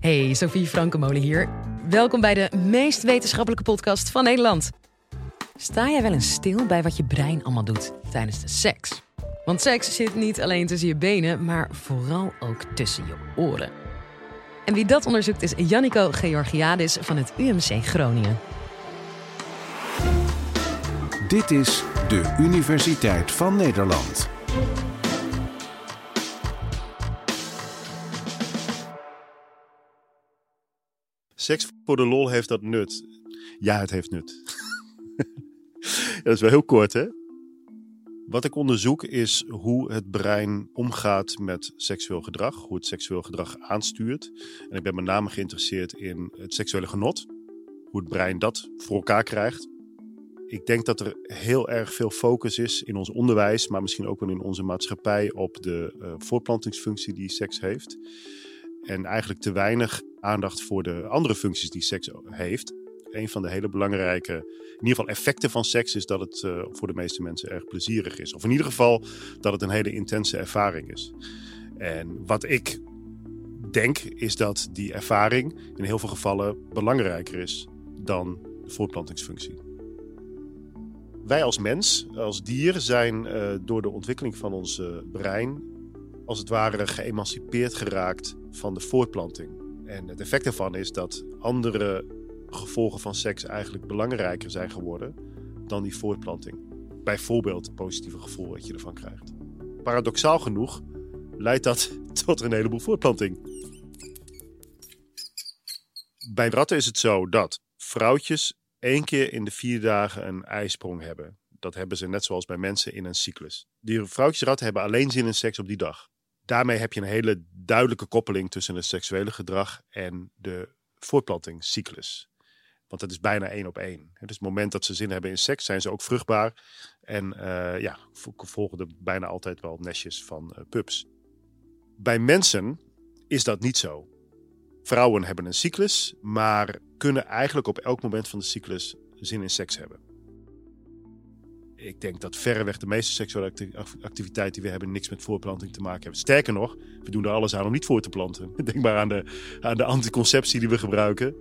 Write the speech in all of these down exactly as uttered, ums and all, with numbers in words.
Hey, Sophie Frankenmolen hier. Welkom bij de meest wetenschappelijke podcast van Nederland. Sta jij wel eens stil bij wat je brein allemaal doet tijdens de seks? Want seks zit niet alleen tussen je benen, maar vooral ook tussen je oren. En wie dat onderzoekt is Jannico Georgiadis van het U M C Groningen. Dit is de Universiteit van Nederland. Seks voor de lol, heeft dat nut? Ja, het heeft nut. Ja, dat is wel heel kort, hè? Wat ik onderzoek is hoe het brein omgaat met seksueel gedrag. Hoe het seksueel gedrag aanstuurt. En ik ben met name geïnteresseerd in het seksuele genot. Hoe het brein dat voor elkaar krijgt. Ik denk dat er heel erg veel focus is in ons onderwijs, maar misschien ook wel in onze maatschappij, op de uh, voortplantingsfunctie die seks heeft. En eigenlijk te weinig aandacht voor de andere functies die seks heeft. Een van de hele belangrijke, in ieder geval effecten van seks, is dat het uh, voor de meeste mensen erg plezierig is. Of in ieder geval dat het een hele intense ervaring is. En wat ik denk is dat die ervaring in heel veel gevallen belangrijker is dan de voortplantingsfunctie. Wij als mens, als dier, zijn uh, door de ontwikkeling van ons uh, brein als het ware geëmancipeerd geraakt van de voortplanting. En het effect daarvan is dat andere gevolgen van seks eigenlijk belangrijker zijn geworden dan die voortplanting. Bijvoorbeeld het positieve gevoel wat je ervan krijgt. Paradoxaal genoeg leidt dat tot een heleboel voortplanting. Bij ratten is het zo dat vrouwtjes één keer in de vier dagen een eisprong hebben. Dat hebben ze net zoals bij mensen in een cyclus. Die vrouwtjesratten hebben alleen zin in seks op die dag. Daarmee heb je een hele duidelijke koppeling tussen het seksuele gedrag en de voortplantingscyclus. Want dat is bijna één op één. Dus het moment dat ze zin hebben in seks, zijn ze ook vruchtbaar. En uh, ja, volgen er bijna altijd wel nestjes van uh, pups. Bij mensen is dat niet zo. Vrouwen hebben een cyclus, maar kunnen eigenlijk op elk moment van de cyclus zin in seks hebben. Ik denk dat verreweg de meeste seksuele activiteiten die we hebben niks met voortplanting te maken hebben. Sterker nog, we doen er alles aan om niet voor te planten. Denk maar aan de, aan de anticonceptie die we gebruiken.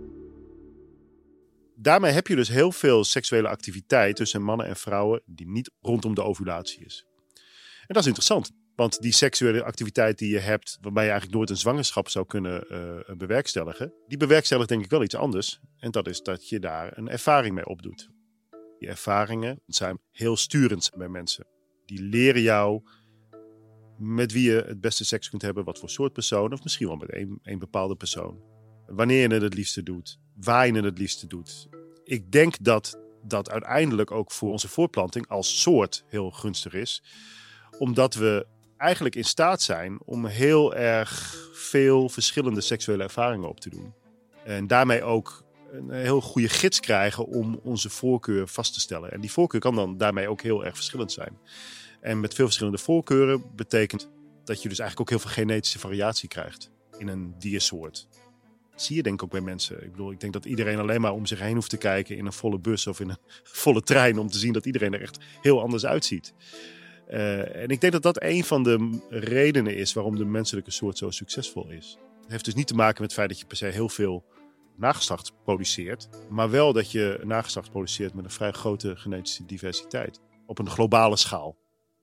Daarmee heb je dus heel veel seksuele activiteit tussen mannen en vrouwen die niet rondom de ovulatie is. En dat is interessant, want die seksuele activiteit die je hebt, waarbij je eigenlijk nooit een zwangerschap zou kunnen uh, bewerkstelligen, die bewerkstelligt denk ik wel iets anders. En dat is dat je daar een ervaring mee opdoet. Die ervaringen zijn heel sturend bij mensen. Die leren jou met wie je het beste seks kunt hebben, wat voor soort persoon, of misschien wel met één, één bepaalde persoon. Wanneer je het het liefste doet, waar je het het liefste doet. Ik denk dat dat uiteindelijk ook voor onze voortplanting als soort heel gunstig is. Omdat we eigenlijk in staat zijn om heel erg veel verschillende seksuele ervaringen op te doen. En daarmee ook een heel goede gids krijgen om onze voorkeur vast te stellen. En die voorkeur kan dan daarmee ook heel erg verschillend zijn. En met veel verschillende voorkeuren betekent dat je dus eigenlijk ook heel veel genetische variatie krijgt in een diersoort. Dat zie je denk ik ook bij mensen. Ik bedoel, ik denk dat iedereen alleen maar om zich heen hoeft te kijken in een volle bus of in een volle trein om te zien dat iedereen er echt heel anders uitziet. Uh, en ik denk dat dat een van de redenen is waarom de menselijke soort zo succesvol is. Het heeft dus niet te maken met het feit dat je per se heel veel nageslacht produceert, maar wel dat je nageslacht produceert met een vrij grote genetische diversiteit op een globale schaal.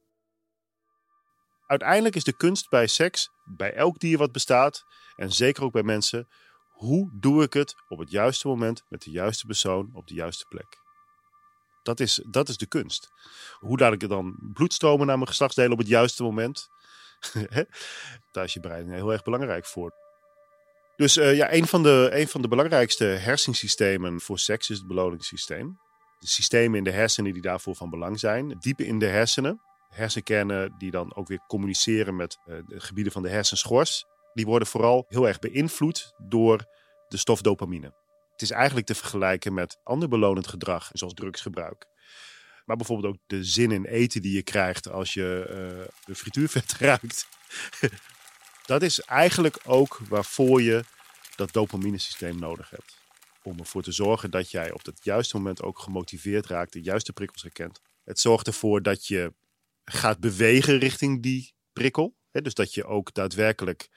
Uiteindelijk is de kunst bij seks, bij elk dier wat bestaat, en zeker ook bij mensen, hoe doe ik het op het juiste moment met de juiste persoon op de juiste plek? Dat is, dat is de kunst. Hoe laat ik er dan bloed stromen naar mijn geslachtsdelen op het juiste moment? Daar is je brein heel erg belangrijk voor. Dus uh, ja, een van, de, een van de belangrijkste hersensystemen voor seks is het beloningssysteem. De systemen in de hersenen die daarvoor van belang zijn. Diep in de hersenen. Hersenkernen die dan ook weer communiceren met uh, de gebieden van de hersenschors. Die worden vooral heel erg beïnvloed door de stof dopamine. Het is eigenlijk te vergelijken met ander belonend gedrag, zoals drugsgebruik. Maar bijvoorbeeld ook de zin in eten die je krijgt als je uh, de frituurvet ruikt. Dat is eigenlijk ook waarvoor je dat dopaminesysteem nodig hebt. Om ervoor te zorgen dat jij op het juiste moment ook gemotiveerd raakt, de juiste prikkels herkent. Het zorgt ervoor dat je gaat bewegen richting die prikkel. Hè? Dus dat je ook daadwerkelijk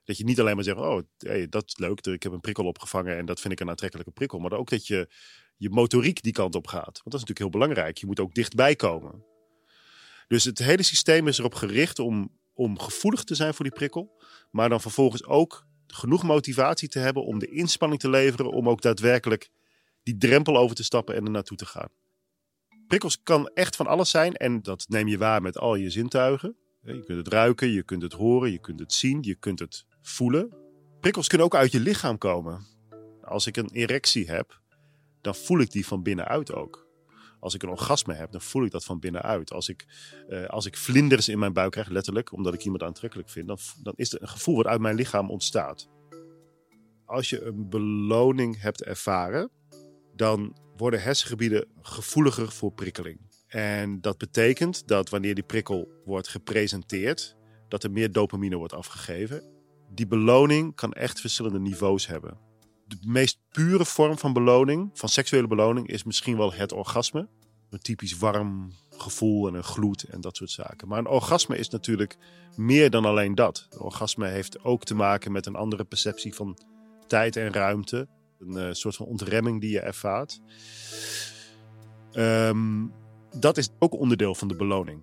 Dat je niet alleen maar zegt, oh, hey, dat is leuk, ik heb een prikkel opgevangen en dat vind ik een aantrekkelijke prikkel. Maar ook dat je je motoriek die kant op gaat. Want dat is natuurlijk heel belangrijk. Je moet ook dichtbij komen. Dus het hele systeem is erop gericht om, om gevoelig te zijn voor die prikkel. Maar dan vervolgens ook genoeg motivatie te hebben om de inspanning te leveren. Om ook daadwerkelijk die drempel over te stappen en er naartoe te gaan. Prikkels kan echt van alles zijn. En dat neem je waar met al je zintuigen. Je kunt het ruiken, je kunt het horen, je kunt het zien, je kunt het voelen. Prikkels kunnen ook uit je lichaam komen. Als ik een erectie heb, dan voel ik die van binnenuit ook. Als ik een orgasme heb, dan voel ik dat van binnenuit. Als ik, uh, als ik vlinders in mijn buik krijg, letterlijk, omdat ik iemand aantrekkelijk vind, dan, dan is het een gevoel wat uit mijn lichaam ontstaat. Als je een beloning hebt ervaren, dan worden hersengebieden gevoeliger voor prikkeling. En dat betekent dat wanneer die prikkel wordt gepresenteerd, dat er meer dopamine wordt afgegeven. Die beloning kan echt verschillende niveaus hebben. De meest pure vorm van beloning, van seksuele beloning, is misschien wel het orgasme. Een typisch warm gevoel en een gloed en dat soort zaken. Maar een orgasme is natuurlijk meer dan alleen dat. Een orgasme heeft ook te maken met een andere perceptie van tijd en ruimte. Een uh, soort van ontremming die je ervaart. Um, dat is ook onderdeel van de beloning.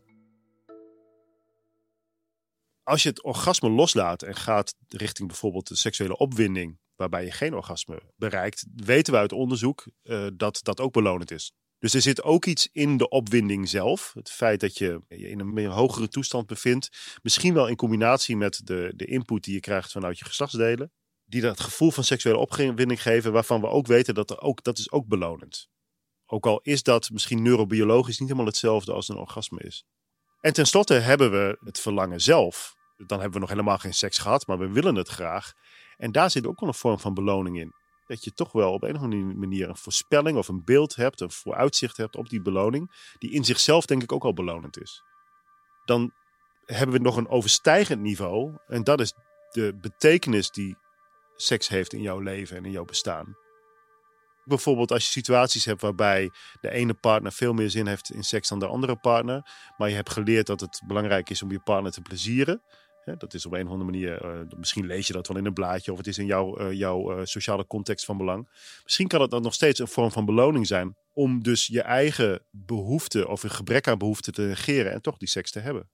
Als je het orgasme loslaat en gaat richting bijvoorbeeld de seksuele opwinding, waarbij je geen orgasme bereikt, weten we uit onderzoek uh, dat dat ook belonend is. Dus er zit ook iets in de opwinding zelf. Het feit dat je je in een meer hogere toestand bevindt, misschien wel in combinatie met de, de input die je krijgt vanuit je geslachtsdelen, die dat gevoel van seksuele opwinding geven, waarvan we ook weten dat er ook, dat is ook belonend. Ook al is dat misschien neurobiologisch niet helemaal hetzelfde als een orgasme is. En tenslotte hebben we het verlangen zelf. Dan hebben we nog helemaal geen seks gehad, maar we willen het graag. En daar zit ook wel een vorm van beloning in. Dat je toch wel op een of andere manier een voorspelling of een beeld hebt, een vooruitzicht hebt op die beloning, die in zichzelf denk ik ook al belonend is. Dan hebben we nog een overstijgend niveau en dat is de betekenis die seks heeft in jouw leven en in jouw bestaan. Bijvoorbeeld als je situaties hebt waarbij de ene partner veel meer zin heeft in seks dan de andere partner, maar je hebt geleerd dat het belangrijk is om je partner te plezieren. Hè, dat is op een of andere manier, uh, misschien lees je dat wel in een blaadje of het is in jouw, uh, jouw uh, sociale context van belang. Misschien kan het dan nog steeds een vorm van beloning zijn om dus je eigen behoefte of een gebrek aan behoefte te negeren en toch die seks te hebben.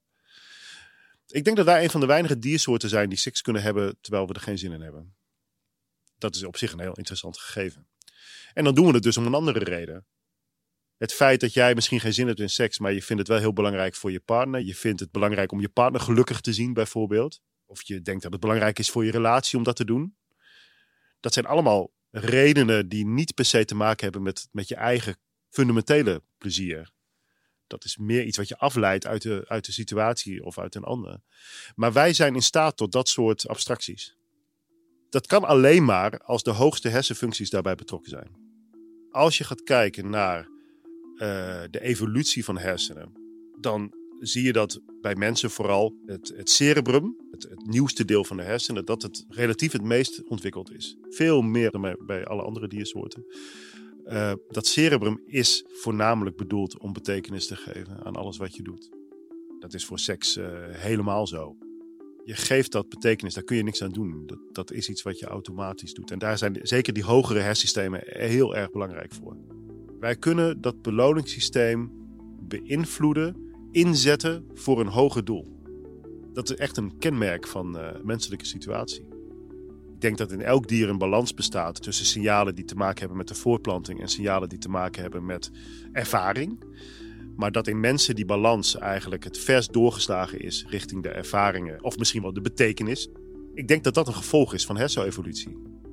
Ik denk dat wij een van de weinige diersoorten zijn die seks kunnen hebben terwijl we er geen zin in hebben. Dat is op zich een heel interessant gegeven. En dan doen we het dus om een andere reden. Het feit dat jij misschien geen zin hebt in seks, maar je vindt het wel heel belangrijk voor je partner. Je vindt het belangrijk om je partner gelukkig te zien bijvoorbeeld. Of je denkt dat het belangrijk is voor je relatie om dat te doen. Dat zijn allemaal redenen die niet per se te maken hebben met, met je eigen fundamentele plezier. Dat is meer iets wat je afleidt uit de, uit de situatie of uit een ander. Maar wij zijn in staat tot dat soort abstracties. Dat kan alleen maar als de hoogste hersenfuncties daarbij betrokken zijn. Als je gaat kijken naar uh, de evolutie van hersenen, dan zie je dat bij mensen vooral het, het cerebrum, het, het nieuwste deel van de hersenen, dat het relatief het meest ontwikkeld is. Veel meer dan bij, bij alle andere diersoorten. Uh, dat cerebrum is voornamelijk bedoeld om betekenis te geven aan alles wat je doet. Dat is voor seks uh, helemaal zo. Je geeft dat betekenis, daar kun je niks aan doen. Dat, dat is iets wat je automatisch doet. En daar zijn zeker die hogere hersensystemen heel erg belangrijk voor. Wij kunnen dat beloningssysteem beïnvloeden, inzetten voor een hoger doel. Dat is echt een kenmerk van uh, menselijke situatie. Ik denk dat in elk dier een balans bestaat tussen signalen die te maken hebben met de voortplanting en signalen die te maken hebben met ervaring. Maar dat in mensen die balans eigenlijk het verst doorgeslagen is richting de ervaringen of misschien wel de betekenis. Ik denk dat dat een gevolg is van hersenevolutie.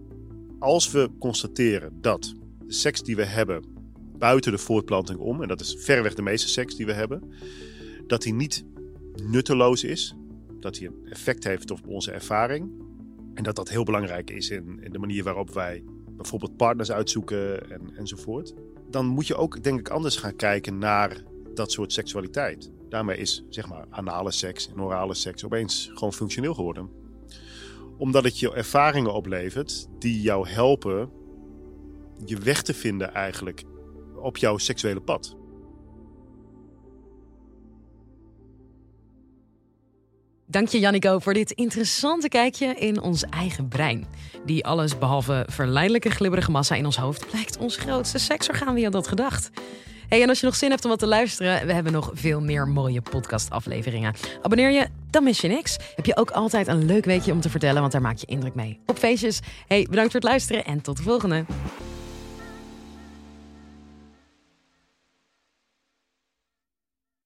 Als we constateren dat de seks die we hebben buiten de voortplanting om, en dat is verreweg de meeste seks die we hebben, dat die niet nutteloos is, dat die een effect heeft op onze ervaring en dat dat heel belangrijk is in, in de manier waarop wij bijvoorbeeld partners uitzoeken en, enzovoort. Dan moet je ook, denk ik, anders gaan kijken naar dat soort seksualiteit. Daarmee is, zeg maar, anale seks en orale seks opeens gewoon functioneel geworden. Omdat het je ervaringen oplevert die jou helpen je weg te vinden eigenlijk op jouw seksuele pad. Dank je, Jannico, voor dit interessante kijkje in ons eigen brein. Die alles behalve verleidelijke glibberige massa in ons hoofd blijkt ons grootste seksorgaan. Wie had dat gedacht? Hey, en als je nog zin hebt om wat te luisteren, we hebben nog veel meer mooie podcastafleveringen. Abonneer je, dan mis je niks. Heb je ook altijd een leuk weekje om te vertellen, want daar maak je indruk mee op feestjes. Hey, bedankt voor het luisteren en tot de volgende.